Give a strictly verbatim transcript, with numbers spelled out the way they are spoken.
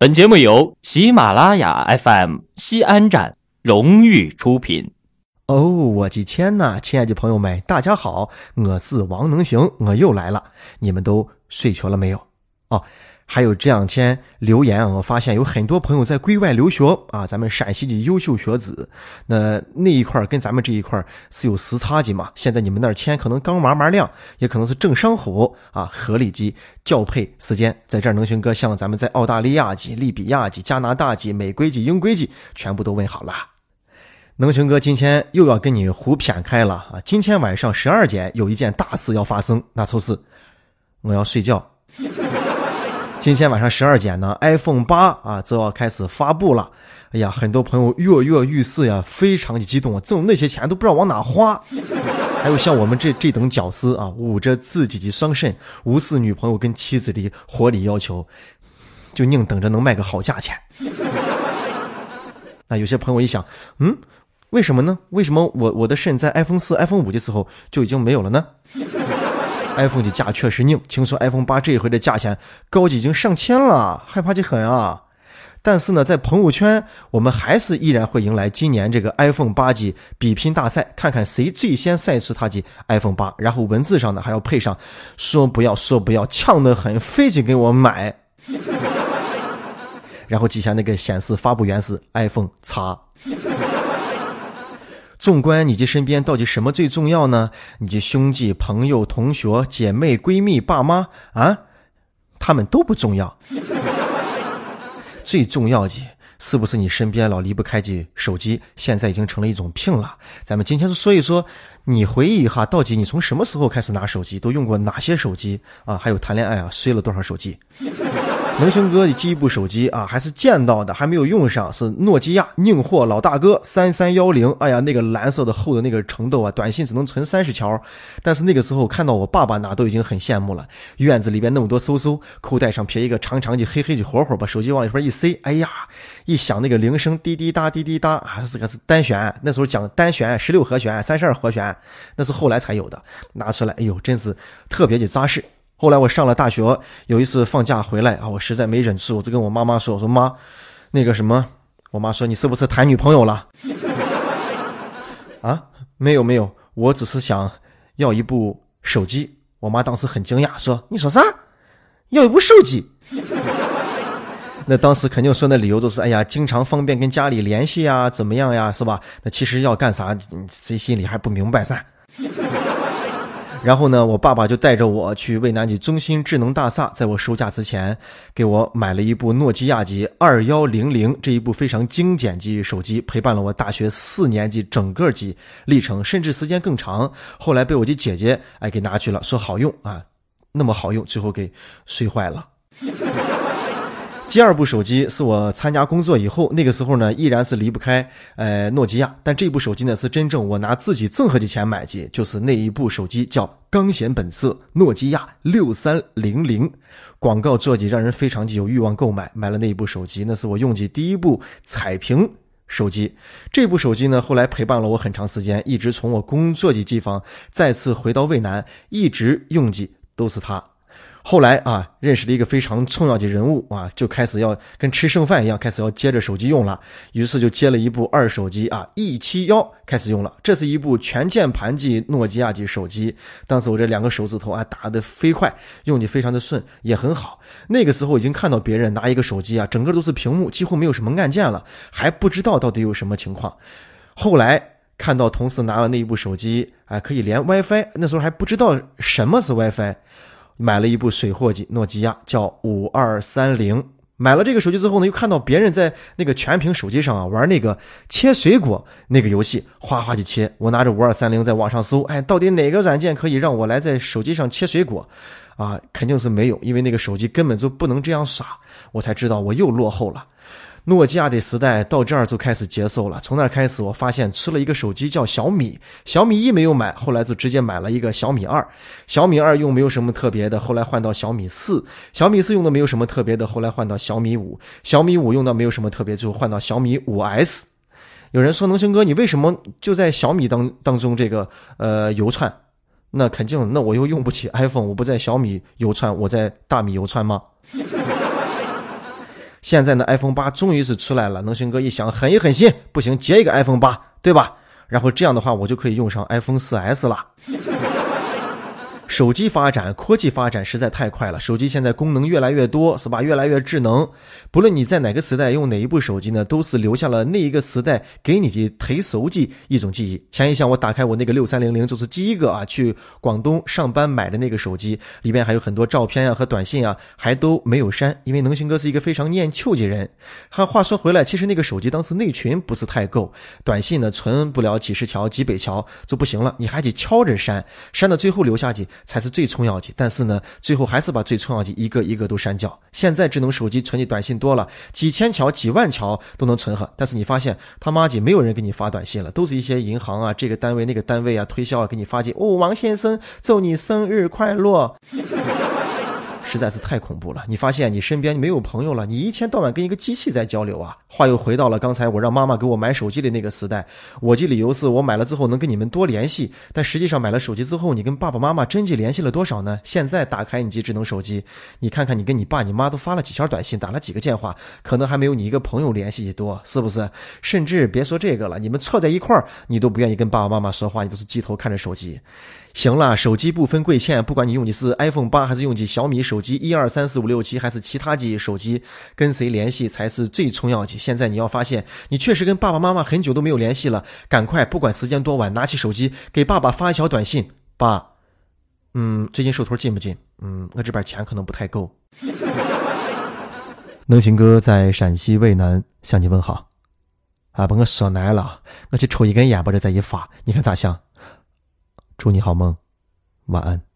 本节目由喜马拉雅 F M 西安站荣誉出品。 哦，我的天哪，亲爱的朋友们，大家好，我是王能行，我又来了。你们都睡着了没有？哦，还有这两天留言，我发现有很多朋友在归外留学啊，咱们陕西的优秀学子，那那一块跟咱们这一块是有时差的嘛。现在你们那儿天可能刚慢慢亮，也可能是正上午啊，合理的校配时间，在这儿能行哥向咱们在澳大利亚及利比亚及加拿大及美国及英国及全部都问好了。能行哥今天又要跟你胡谝开了啊！今天晚上十二点有一件大事要发生，那就是我要睡觉。今天晚上十二点呢 ，iPhone 八啊就要开始发布了。哎呀，很多朋友跃跃欲试呀，非常的激动，挣那些钱都不知道往哪花。还有像我们这这等屌丝啊，捂着自己的双肾，无视女朋友跟妻子的活理要求，就宁等着能卖个好价钱。那有些朋友一想，嗯。为什么呢？为什么我我的肾在 iPhone 四、iPhone 五的时候就已经没有了呢？ iPhone 的价确实硬，听说 iPhone 八这一回的价钱高级已经上千了，害怕的很啊。但是呢，在朋友圈我们还是依然会迎来今年这个 iPhone 八 G 比拼大赛，看看谁最先赛出它的 iPhone 八，然后文字上呢还要配上说不要说不要，呛得很，非得给我买。然后底下那个显示发布源是 iPhone X。纵观你的身边到底什么最重要呢？你的兄弟、朋友、同学、姐妹、闺蜜、爸妈啊，他们都不重要。最重要的是不是你身边老离不开的手机，现在已经成了一种病了。咱们今天就说一说，你回忆一下，到底你从什么时候开始拿手机，都用过哪些手机啊？还有谈恋爱啊，摔了多少手机？能行哥的第一部手机啊，还是见到的，还没有用上，是诺基亚宁货老大哥三三一零。哎呀，那个蓝色的厚的那个程度啊，短信只能存三十条。但是那个时候看到我爸爸拿都已经很羡慕了。院子里边那么多搜搜，口袋上撇一个长长的黑黑的火火，把手机往里边一塞，哎呀，一响那个铃声滴滴答滴滴答，还是个是单旋。那时候讲单旋十六和弦三十二和弦，那是后来才有的。拿出来，哎呦，真是特别的扎实。后来我上了大学，有一次放假回来啊，我实在没忍住，我就跟我妈妈说，我说妈，那个什么，我妈说你是不是谈女朋友了？啊，没有没有，我只是想要一部手机。我妈当时很惊讶，说你说啥？要一部手机？那当时肯定说那理由都是，哎呀，经常方便跟家里联系呀，怎么样呀，是吧？那其实要干啥，你自己心里还不明白噻。然后呢，我爸爸就带着我去渭南的中心智能大厦，在我收假之前给我买了一部诺基亚级二一零零，这一部非常精简级手机，陪伴了我大学四年级整个级历程，甚至时间更长。后来被我的姐姐哎给拿去了，说好用啊，那么好用，最后给睡坏了。第二部手机是我参加工作以后，那个时候呢依然是离不开呃诺基亚，但这部手机呢是真正我拿自己挣合的钱买的，就是那一部手机叫钢显本色诺基亚六三零零，广告做的让人非常的有欲望购买，买了那一部手机，那是我用的第一部彩屏手机。这部手机呢后来陪伴了我很长时间，一直从我工作的地方再次回到渭南，一直用的都是它。后来啊，认识了一个非常重要的人物啊，就开始要跟吃剩饭一样，开始要接着手机用了。于是就接了一部二手机啊 E 七十一 开始用了。这是一部全键盘级诺基亚级手机，当时我这两个手指头啊打得飞快，用的非常的顺，也很好。那个时候已经看到别人拿一个手机啊，整个都是屏幕，几乎没有什么按键了，还不知道到底有什么情况。后来看到同事拿了那一部手机啊，可以连 WiFi， 那时候还不知道什么是 WiFi。买了一部水货机诺基亚叫五二三零，买了这个手机之后呢，又看到别人在那个全屏手机上啊玩那个切水果那个游戏，哗哗的切。我拿着五二三零在网上搜，哎，到底哪个软件可以让我来在手机上切水果啊？肯定是没有，因为那个手机根本就不能这样耍。我才知道我又落后了。诺基亚的时代到这儿就开始结束了。从那开始我发现出了一个手机叫小米，小米一没有买，后来就直接买了一个小米二，小米二用没有什么特别的，后来换到小米四，小米四用的没有什么特别的，后来换到小米五，小米五用的没有什么特别，最后换到小米 五 S。 有人说能行哥你为什么就在小米当当中这个呃游窜？那肯定，那我又用不起 iPhone， 我不在小米游窜，我在大米游窜吗？ 现在呢 iPhone 八终于是出来了，能行哥一想狠一狠心，不行接一个 iPhone 八，对吧？然后这样的话我就可以用上 iPhone 四 S 了。手机发展，科技发展实在太快了，手机现在功能越来越多，是吧？越来越智能。不论你在哪个时代用哪一部手机呢，都是留下了那一个时代给你的推手机一种记忆。前一项我打开我那个六三零零，就是第一个啊去广东上班买的那个手机，里边还有很多照片啊和短信啊，还都没有删，因为能行哥是一个非常念旧的人。还话说回来，其实那个手机当时内存不是太够，短信呢存不了几十条几百条就不行了，你还得敲着删，删到最后留下去才是最重要的，但是呢最后还是把最重要的一个一个都删掉。现在智能手机存的短信多了，几千条几万条都能存上，但是你发现他妈的没有人给你发短信了，都是一些银行啊这个单位那个单位啊推销啊给你发去，哦王先生祝你生日快乐。实在是太恐怖了，你发现你身边没有朋友了，你一天到晚跟一个机器在交流啊。话又回到了刚才我让妈妈给我买手机的那个时代，我的理由是我买了之后能跟你们多联系，但实际上买了手机之后，你跟爸爸妈妈真际联系了多少呢？现在打开你这智能手机，你看看你跟你爸你妈都发了几条短信，打了几个电话，可能还没有你一个朋友联系的多，是不是？甚至别说这个了，你们凑在一块儿，你都不愿意跟爸爸妈妈说话，你都是低头看着手机。行了，手机不分贵贱，不管你用的是 iPhone 八还是用的小米手机一二三四五六七还是其他的手机，跟谁联系才是最重要的。现在你要发现你确实跟爸爸妈妈很久都没有联系了，赶快不管时间多晚，拿起手机给爸爸发一条短信，爸嗯最近手头紧不紧？嗯我这边钱可能不太够。能行哥在陕西渭南向你问好啊，把我说难了，我去抽一根烟把这再一发，你看咋想？祝你好梦，晚安。